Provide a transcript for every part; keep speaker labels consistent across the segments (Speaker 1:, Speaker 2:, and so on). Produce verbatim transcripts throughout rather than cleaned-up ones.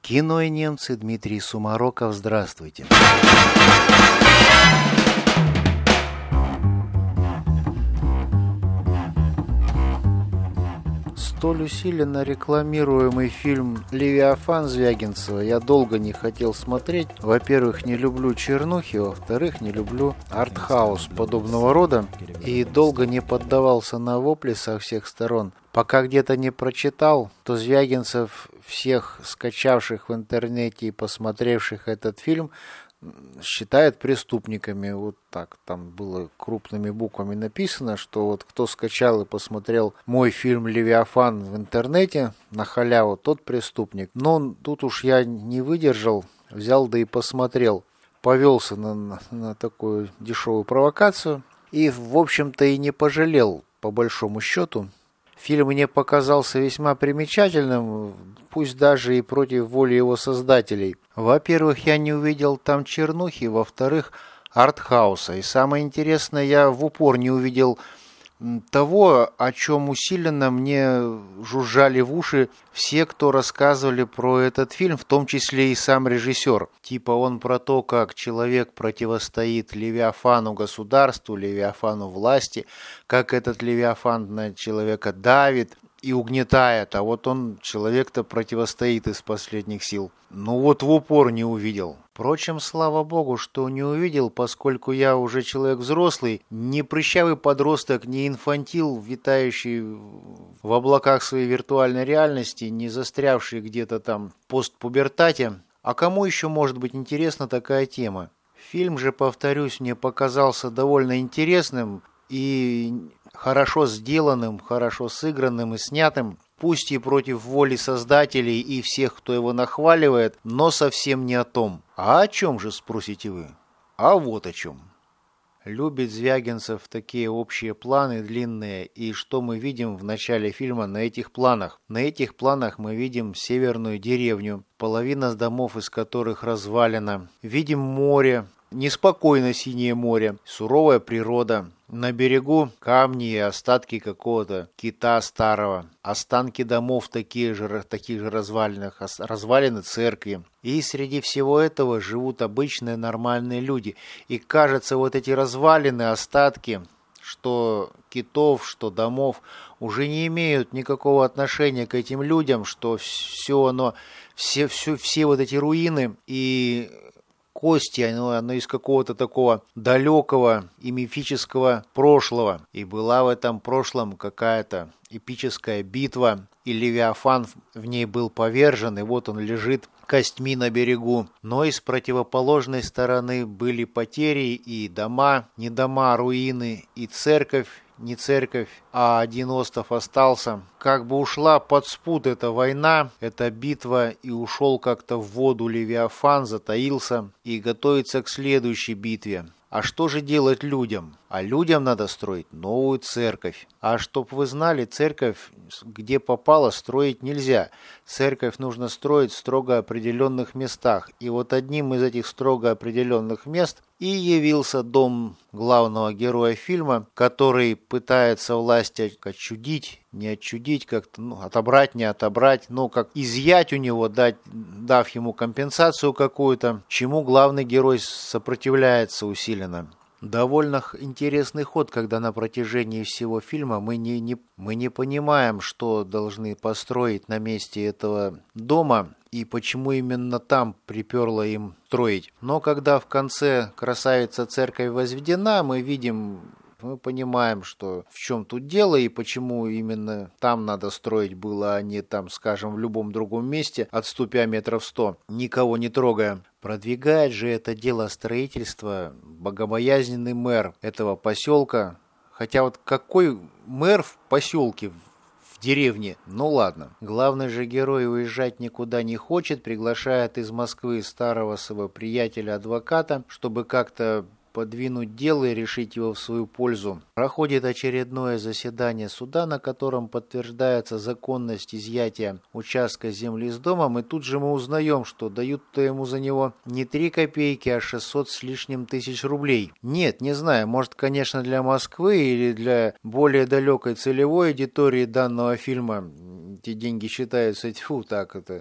Speaker 1: Кино и немцы, Дмитрий Сумароков, здравствуйте. Столь усиленно рекламируемый фильм «Левиафан» Звягинцева я долго не хотел смотреть. Во-первых, не люблю чернухи, во-вторых, не люблю артхаус подобного рода и долго не поддавался на вопли со всех сторон. Пока где-то не прочитал, то Звягинцев всех скачавших в интернете и посмотревших этот фильм считает преступниками. Вот так там было крупными буквами написано, что вот кто скачал и посмотрел мой фильм «Левиафан» в интернете на халяву, тот преступник. Но тут уж я не выдержал, взял да и посмотрел. Повелся на, на, на такую дешевую провокацию и, в общем-то, и не пожалел, по большому счету. Фильм мне показался весьма примечательным, пусть даже и против воли его создателей. Во-первых, я не увидел там чернухи, во-вторых, артхауса. И самое интересное, я в упор не увидел того, о чем усиленно мне жужжали в уши все, кто рассказывали про этот фильм, в том числе и сам режиссер. Типа он про то, как человек противостоит Левиафану государству, Левиафану власти, как этот Левиафан на человека давит и угнетает, а вот он, человек-то, противостоит из последних сил. Ну вот в упор не увидел. Впрочем, слава богу, что не увидел, поскольку я уже человек взрослый, не прыщавый подросток, не инфантил, витающий в облаках своей виртуальной реальности, не застрявший где-то там в постпубертате. А кому еще может быть интересна такая тема? Фильм же, повторюсь, мне показался довольно интересным и хорошо сделанным, хорошо сыгранным и снятым, пусть и против воли создателей и всех, кто его нахваливает, но совсем не о том. А о чем же, спросите вы? А вот о чем. Любит Звягинцев такие общие планы длинные, и что мы видим в начале фильма на этих планах? На этих планах мы видим северную деревню, половина домов из которых развалена. Видим море, неспокойно синее море, суровая природа. На берегу камни и остатки какого-то кита старого. Останки домов такие же, таких же развалинах, развалины церкви. И среди всего этого живут обычные нормальные люди. И кажется, вот эти развалины, остатки, что китов, что домов, уже не имеют никакого отношения к этим людям, что все оно, все, все, все вот эти руины и кости, оно, оно из какого-то такого далекого и мифического прошлого. И была в этом прошлом какая-то эпическая битва, и Левиафан в ней был повержен, и вот он лежит костьми на берегу. Но и с противоположной стороны были потери, и дома, не дома, руины, и церковь, не церковь, а один остров остался. Как бы ушла под спут эта война, эта битва, и ушел как-то в воду Левиафан, затаился и готовится к следующей битве. А что же делать людям? А людям надо строить новую церковь. А чтоб вы знали, церковь, где попало, строить нельзя. Церковь нужно строить в строго определенных местах. И вот одним из этих строго определенных мест и явился дом главного героя фильма, который пытается власть отчудить, не отчудить, как-то ну, отобрать, не отобрать, ну как изъять у него, дать, дав ему компенсацию какую-то, чему главный герой сопротивляется усиленно. Довольно интересный ход, когда на протяжении всего фильма мы не, не, мы не понимаем, что должны построить на месте этого дома и почему именно там приперло им строить. Но когда в конце красавица церковь возведена, мы видим, мы понимаем, что в чем тут дело и почему именно там надо строить было, а не там, скажем, в любом другом месте, отступя метров сто, никого не трогая. Продвигает же это дело строительства богобоязненный мэр этого поселка. Хотя вот какой мэр в поселке, в деревне? Ну ладно. Главный же герой уезжать никуда не хочет, приглашает из Москвы старого своего приятеля-адвоката, чтобы как-то подвинуть дело и решить его в свою пользу. Проходит очередное заседание суда, на котором подтверждается законность изъятия участка земли с домом, и тут же мы узнаем, что дают-то ему за него не три копейки, а шестьсот с лишним тысяч рублей. Нет, не знаю, может, конечно, для Москвы или для более далекой целевой аудитории данного фильма эти деньги считаются, тьфу, так это.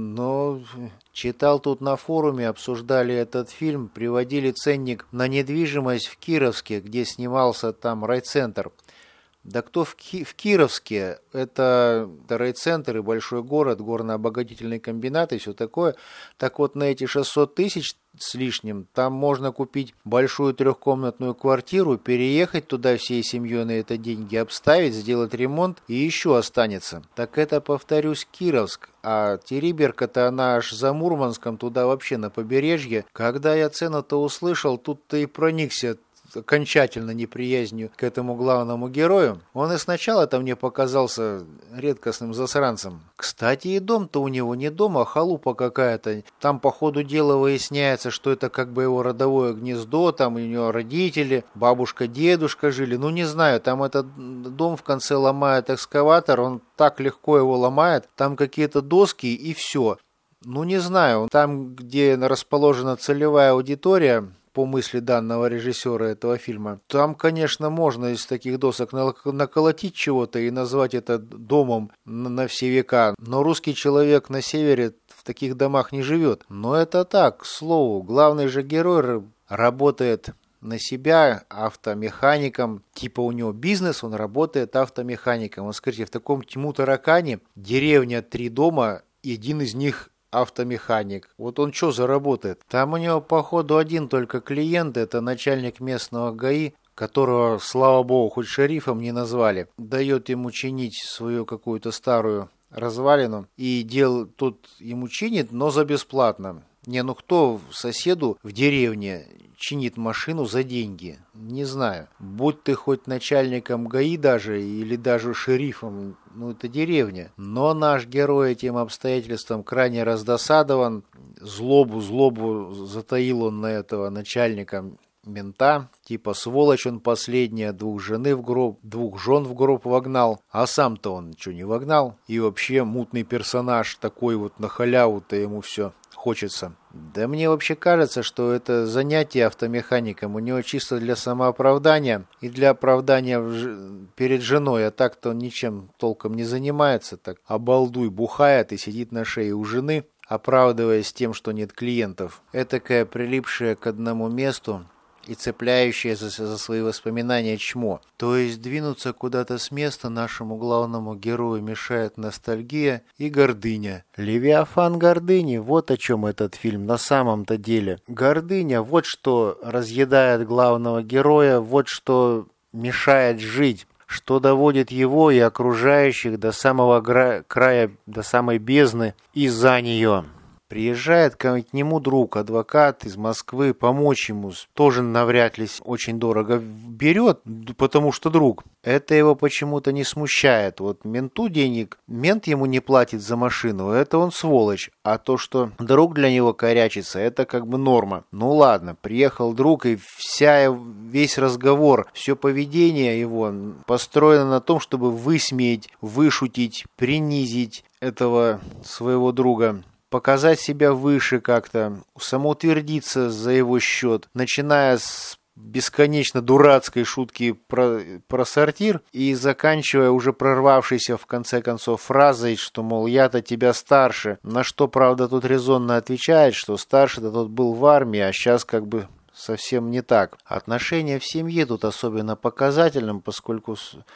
Speaker 1: Но читал тут на форуме, обсуждали этот фильм, приводили ценник на недвижимость в Кировске, где снимался там райцентр. Да кто в, Ки- в Кировске? Это, это райцентр и большой город, горно-обогатительный комбинат и все такое. Так вот, на эти шестьсот тысяч с лишним, там можно купить большую трехкомнатную квартиру, переехать туда всей семьей на это деньги, обставить, сделать ремонт и еще останется. Так это, повторюсь, Кировск. А Териберка-то она аж за Мурманском, туда вообще на побережье. Когда я цену-то услышал, тут-то и проникся окончательно неприязнью к этому главному герою. Он и сначала-то мне показался редкостным засранцем. Кстати, и дом-то у него не дом, а халупа какая-то. Там по ходу дела выясняется, что это как бы его родовое гнездо, там у него родители, бабушка, дедушка жили. Ну, не знаю, там этот дом в конце ломает экскаватор, он так легко его ломает, там какие-то доски и все. Ну, не знаю, там, где расположена целевая аудитория, по мысли данного режиссера этого фильма, там, конечно, можно из таких досок наколотить чего-то и назвать это домом на все века. Но русский человек на севере в таких домах не живет. Но это так, к слову. Главный же герой работает на себя автомехаником. Типа у него бизнес, он работает автомехаником. Вот скажите, в таком Тьму-Таракане деревня, три дома, и один из них автомеханик. Вот он что заработает? Там у него, походу, один только клиент, это начальник местного ГАИ, которого, слава богу, хоть шерифом не назвали. Дает ему чинить свою какую-то старую развалину. И дел тут ему чинит, но за бесплатно. Не, ну кто соседу в деревне чинит машину за деньги? Не знаю. Будь ты хоть начальником ГАИ даже, или даже шерифом, ну это деревня. Но наш герой этим обстоятельством крайне раздосадован. Злобу, злобу затаил он на этого начальника мента. Типа сволочь он последняя, двух жены в гроб, двух жен в гроб вогнал. А сам-то он что, не вогнал? И вообще мутный персонаж, такой вот на халяву-то ему все хочется. Да мне вообще кажется, что это занятие автомехаником у него чисто для самооправдания и для оправдания в... перед женой, а так-то он ничем толком не занимается, так обалдуй бухает и сидит на шее у жены, оправдываясь тем, что нет клиентов. Этакое прилипшее к одному месту и цепляющее за, за свои воспоминания чмо. То есть двинуться куда-то с места нашему главному герою мешает ностальгия и гордыня. Левиафан гордыни, вот о чем этот фильм на самом-то деле. Гордыня, вот что разъедает главного героя, вот что мешает жить, что доводит его и окружающих до самого гра- края, до самой бездны из-за нее. Приезжает к нему друг, адвокат из Москвы, помочь ему. Тоже навряд ли очень дорого берет, потому что друг. Это его почему-то не смущает. Вот менту денег, мент ему не платит за машину, это он сволочь. А то, что друг для него корячится, это как бы норма. Ну ладно, приехал друг, и вся, весь разговор, все поведение его построено на том, чтобы высмеять, вышутить, принизить этого своего друга. Показать себя выше как-то, самоутвердиться за его счет, начиная с бесконечно дурацкой шутки про, про сортир и заканчивая уже прорвавшейся в конце концов фразой, что, мол, я-то тебя старше. На что, правда, тут резонно отвечает, что старше-то тот был в армии, а сейчас как бы совсем не так. Отношения в семье тут особенно показательным, поскольку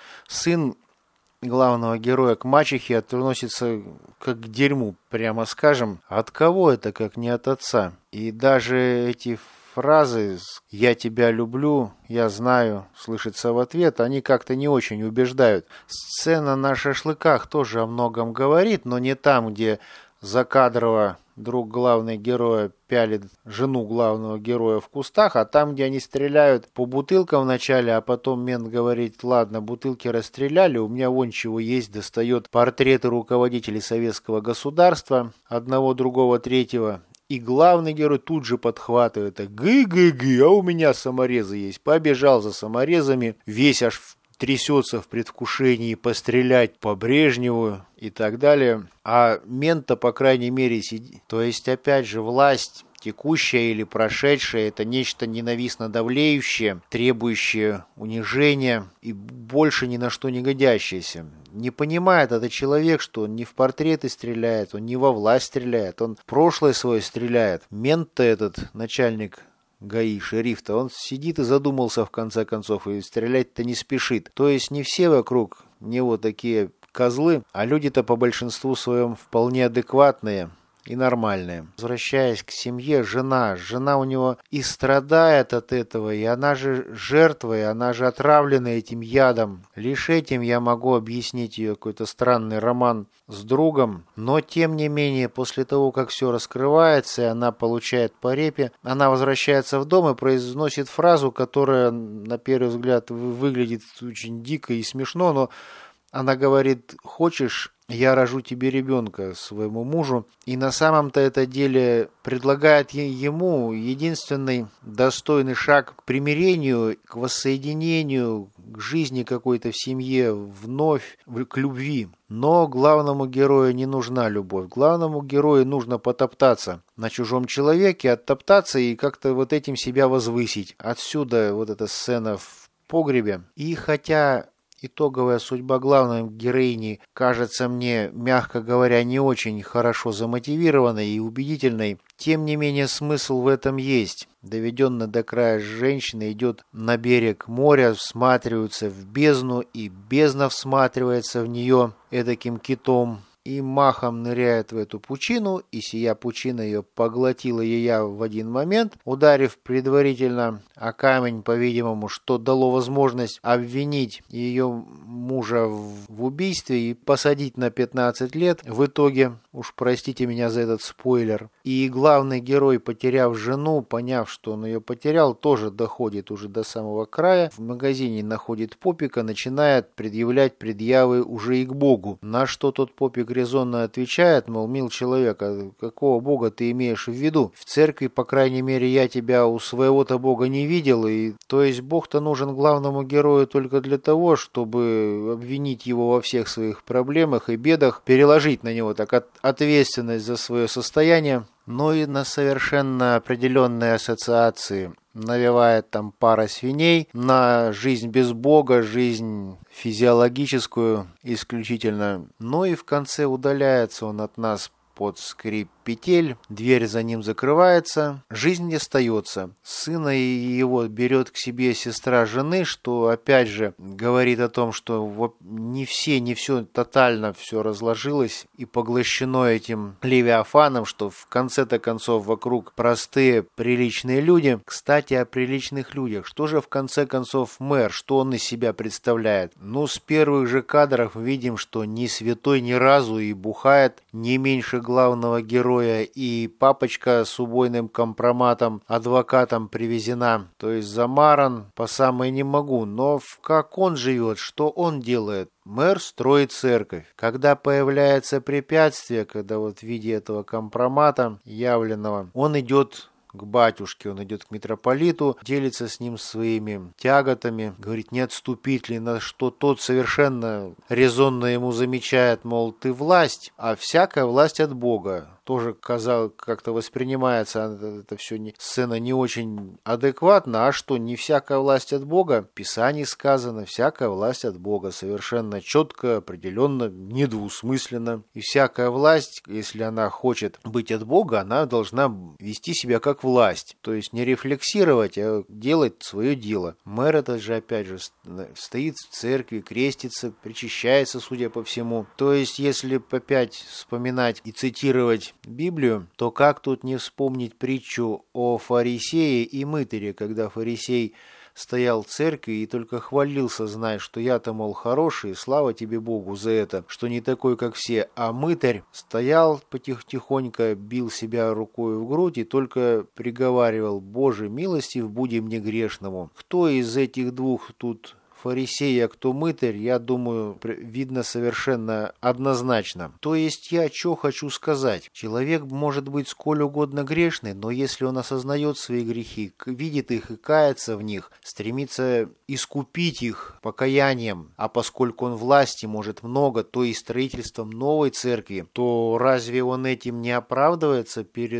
Speaker 1: сын главного героя к мачехе относится как к дерьму, прямо скажем. От кого это, как не от отца? И даже эти фразы «я тебя люблю», «я знаю», слышится в ответ, они как-то не очень убеждают. Сцена на шашлыках тоже о многом говорит, но не там, где закадрово друг главного героя пялит жену главного героя в кустах, а там, где они стреляют по бутылкам вначале, а потом мент говорит: ладно, бутылки расстреляли, у меня вон чего есть, достает портреты руководителей советского государства, одного, другого, третьего. И главный герой тут же подхватывает: гы-гы-гы, а у меня саморезы есть. Побежал за саморезами, весь аж трясется в предвкушении пострелять по Брежневу и так далее. А мент-то, по крайней мере, сидит. То есть, опять же, власть, текущее или прошедшее – это нечто ненавистно давлеющее, требующее унижения и больше ни на что не годящееся. Не понимает этот человек, что он не в портреты стреляет, он не во власть стреляет, он в прошлое свое стреляет. Мент-то этот, начальник ГАИ, шериф-то, он сидит и задумался в конце концов, и стрелять-то не спешит. То есть не все вокруг него такие козлы, а люди-то по большинству своем вполне адекватные и нормальные. Возвращаясь к семье, жена. Жена у него и страдает от этого, и она же жертва, и она же отравлена этим ядом. Лишь этим я могу объяснить ее какой-то странный роман с другом. Но, тем не менее, после того, как все раскрывается, и она получает по репе, она возвращается в дом и произносит фразу, которая, на первый взгляд, выглядит очень дико и смешно, но она говорит: «Хочешь, я рожу тебе ребенка», своему мужу, и на самом-то это деле предлагает ему единственный достойный шаг к примирению, к воссоединению, к жизни какой-то в семье, вновь к любви. Но главному герою не нужна любовь. Главному герою нужно потоптаться на чужом человеке, оттоптаться и как-то вот этим себя возвысить. Отсюда вот эта сцена в погребе. И хотя итоговая судьба главной героини кажется мне, мягко говоря, не очень хорошо замотивированной и убедительной, тем не менее смысл в этом есть. Доведенная до края женщина идет на берег моря, всматривается в бездну, и бездна всматривается в нее эдаким китом, и махом ныряет в эту пучину, и сия пучина ее поглотила ее в один момент, ударив предварительно о камень, по-видимому, что дало возможность обвинить ее мужа в убийстве и посадить на пятнадцать лет. В итоге, уж простите меня за этот спойлер, и главный герой, потеряв жену, поняв, что он ее потерял, тоже доходит уже до самого края, в магазине находит попика, начинает предъявлять предъявы уже и к Богу, на что тот попик резонно отвечает, мол, мил человек, а какого Бога ты имеешь в виду? В церкви, по крайней мере, я тебя у своего-то Бога не видел, и то есть Бог-то нужен главному герою только для того, чтобы обвинить его во всех своих проблемах и бедах, переложить на него так от, ответственность за свое состояние, но и на совершенно определенные ассоциации. Навевает там пара свиней на жизнь без Бога, жизнь физиологическую исключительно. Ну и в конце удаляется он от нас под скрип петель, дверь за ним закрывается, жизнь не остается. Сына его берет к себе сестра жены, что опять же говорит о том, что не все, не все тотально все разложилось и поглощено этим Левиафаном, что в конце-то концов вокруг простые приличные люди. Кстати, о приличных людях. Что же в конце концов мэр, что он из себя представляет? Ну, с первых же кадров видим, что не святой ни разу и бухает не меньше главного героя, и папочка с убойным компроматом, адвокатом привезена, то есть замаран по самое не могу. Но как он живет, что он делает? Мэр строит церковь. Когда появляется препятствие, когда вот в виде этого компромата явленного, он идет к батюшке, он идет к митрополиту, делится с ним своими тяготами, говорит, не отступить ли, на что тот совершенно резонно ему замечает, мол, ты власть, а всякая власть от Бога. Тоже казалось, как-то воспринимается это все не, сцена не очень адекватно, а что, не всякая власть от Бога? В Писании сказано, всякая власть от Бога, совершенно четко, определенно, недвусмысленно. И всякая власть, если она хочет быть от Бога, она должна вести себя как власть, то есть не рефлексировать, а делать свое дело. Мэр этот же, опять же, стоит в церкви, крестится, причащается, судя по всему. То есть, если опять вспоминать и цитировать Библию, то как тут не вспомнить притчу о фарисее и мытаре, когда фарисей стоял в церкви и только хвалился, зная, что я-то, мол, хороший, слава тебе Богу за это, что не такой, как все, а мытарь стоял потихонько, бил себя рукой в грудь и только приговаривал: «Боже, милостив буди мне грешному». Кто из этих двух тут фарисей, а кто мытарь, я думаю, видно совершенно однозначно. То есть я что хочу сказать? Человек может быть сколь угодно грешный, но если он осознает свои грехи, видит их и кается в них, стремится искупить их покаянием, а поскольку он власти может много, то и строительством новой церкви, то разве он этим не оправдывается перед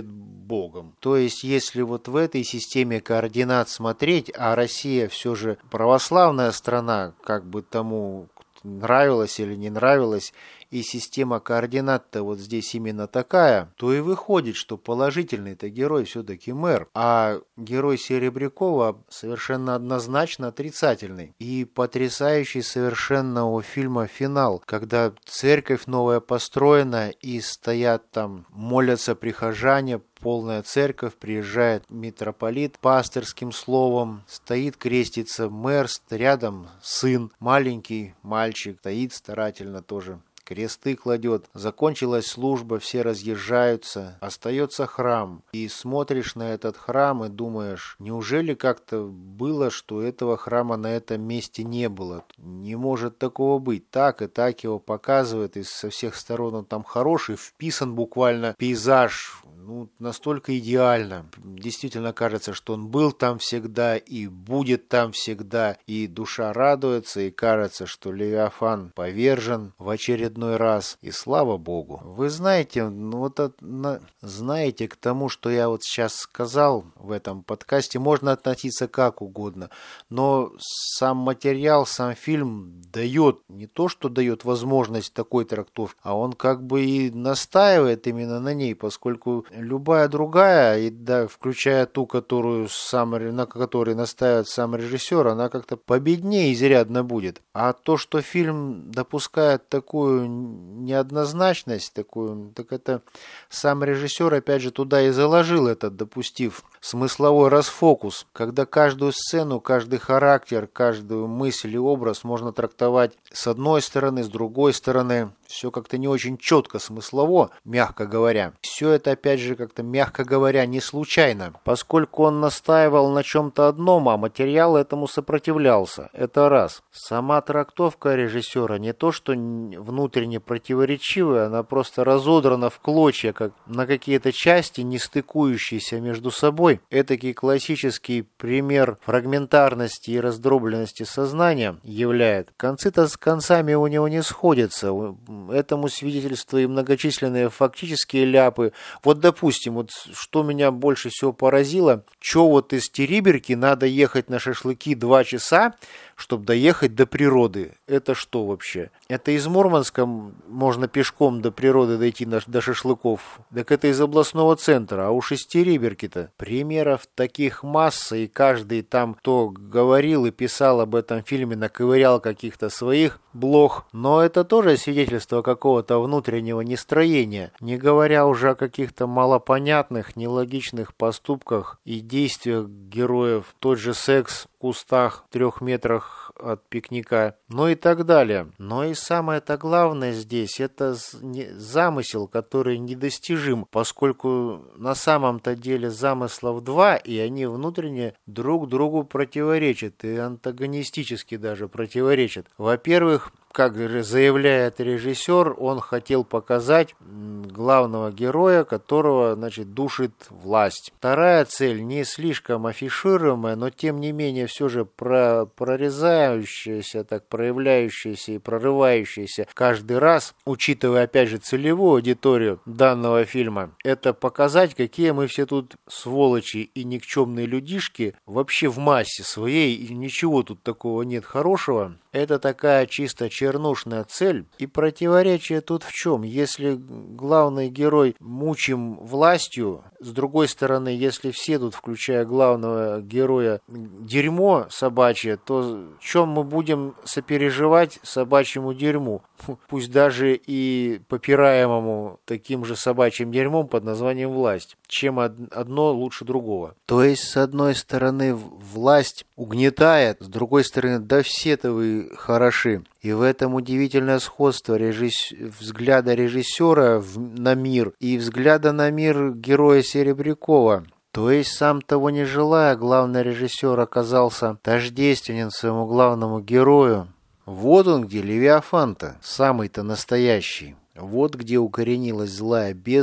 Speaker 1: богом. То есть, если вот в этой системе координат смотреть, а Россия все же православная страна, как бы тому нравилось или не нравилось, и система координат-то вот здесь именно такая, то и выходит, что положительный-то герой все-таки мэр, а герой Серебрякова совершенно однозначно отрицательный. И потрясающий совершенно у фильма финал, когда церковь новая построена и стоят там, молятся прихожане, полная церковь, приезжает митрополит пастырским словом, стоит, крестится мэр, рядом сын, маленький мальчик, стоит старательно тоже. Кресты кладет. Закончилась служба, все разъезжаются. Остается храм. И смотришь на этот храм и думаешь, неужели как-то было, что этого храма на этом месте не было? Не может такого быть. Так и так его показывают. И со всех сторон он там хороший, вписан буквально пейзаж. Ну, настолько идеально. Действительно кажется, что он был там всегда и будет там всегда. И душа радуется, и кажется, что Левиафан повержен в очередной раз. И слава Богу. Вы знаете, ну вот от, на, знаете, к тому, что я вот сейчас сказал в этом подкасте, можно относиться как угодно. Но сам материал, сам фильм дает, не то что дает возможность такой трактовки, а он как бы и настаивает именно на ней, поскольку любая другая, и да, включая ту, которую сам, на которой настаивает сам режиссер, она как-то победнее изрядно будет. А то, что фильм допускает такую неоднозначность, такую, так это сам режиссер опять же туда и заложил этот, допустив смысловой расфокус, когда каждую сцену, каждый характер, каждую мысль и образ можно трактовать с одной стороны, с другой стороны. Все как-то не очень четко смыслово, мягко говоря. Все это, опять же, как-то, мягко говоря, не случайно, поскольку он настаивал на чем-то одном, а материал этому сопротивлялся. Это раз. Сама трактовка режиссера не то, что внутренне противоречивая, она просто разодрана в клочья, как на какие-то части, не стыкующиеся между собой. Этакий классический пример фрагментарности и раздробленности сознания являет. Концы-то с концами у него не сходятся. Этому свидетельство и многочисленные фактические ляпы. Вот, допустим, вот что меня больше всего поразило, что вот из Териберки надо ехать на шашлыки два часа, чтобы доехать до природы. Это что вообще? Это из Мурманска можно пешком до природы дойти на, до шашлыков. Так это из областного центра, а уж из Териберки-то. Примеров таких масса, и каждый там, кто говорил и писал об этом фильме, наковырял каких-то своих блох. Но это тоже свидетельство какого-то внутреннего нестроения, не говоря уже о каких-то малопонятных, нелогичных поступках и действиях героев. Тот же секс в кустах в трех метрах от пикника, ну и так далее. Но и самое-то главное здесь, это замысел, который недостижим, поскольку на самом-то деле замыслов два, и они внутренне друг другу противоречат, и антагонистически даже противоречат. Во-первых, как заявляет режиссер, он хотел показать главного героя, которого, значит, душит власть. Вторая цель, не слишком афишируемая, но тем не менее все же про прорезающаяся, так проявляющаяся и прорывающаяся каждый раз, учитывая опять же целевую аудиторию данного фильма, это показать, какие мы все тут сволочи и никчемные людишки вообще в массе своей, и ничего тут такого нет хорошего. Это такая чисто чернушная цель. И противоречие тут в чем? Если главный герой мучим властью, с другой стороны, если все тут, включая главного героя, дерьмо собачье, то чем мы будем сопереживать собачьему дерьму? Пусть даже и попираемому таким же собачьим дерьмом под названием власть. Чем одно лучше другого. То есть, с одной стороны, власть угнетает, с другой стороны, да все-то вы хороши. И в этом удивительное сходство режисс... взгляда режиссера в... на мир и взгляда на мир героя Серебрякова. То есть, сам того не желая, главный режиссер оказался тождественен своему главному герою. Вот он где, Левиафан-то, самый-то настоящий. Вот где укоренилась злая бездна.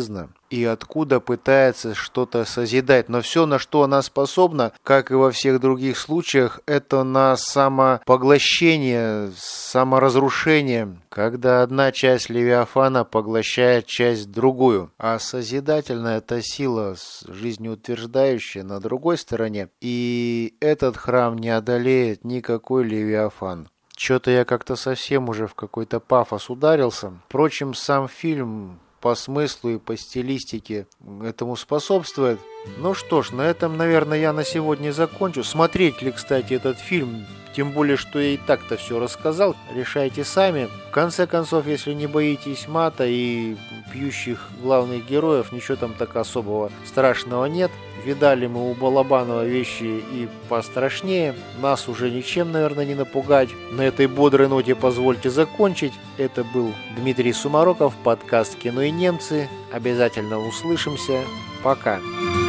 Speaker 1: и откуда пытается что-то созидать. Но все, на что она способна, как и во всех других случаях, это на самопоглощение, саморазрушение, когда одна часть Левиафана поглощает часть другую. А созидательная это сила, жизнеутверждающая, на другой стороне. И этот храм не одолеет никакой Левиафан. Что-то я как-то совсем уже в какой-то пафос ударился. Впрочем, сам фильм по смыслу и по стилистике этому способствует. Ну что ж, на этом, наверное, я на сегодня закончу. Смотреть ли, кстати, этот фильм? Тем более, что я и так-то все рассказал. Решайте сами. В конце концов, если не боитесь мата и пьющих главных героев, ничего там так особого страшного нет. Видали мы у Балабанова вещи и пострашнее. Нас уже ничем, наверное, не напугать. На этой бодрой ноте позвольте закончить. Это был Дмитрий Сумароков, подкаст «Кино и немцы». Обязательно услышимся. Пока.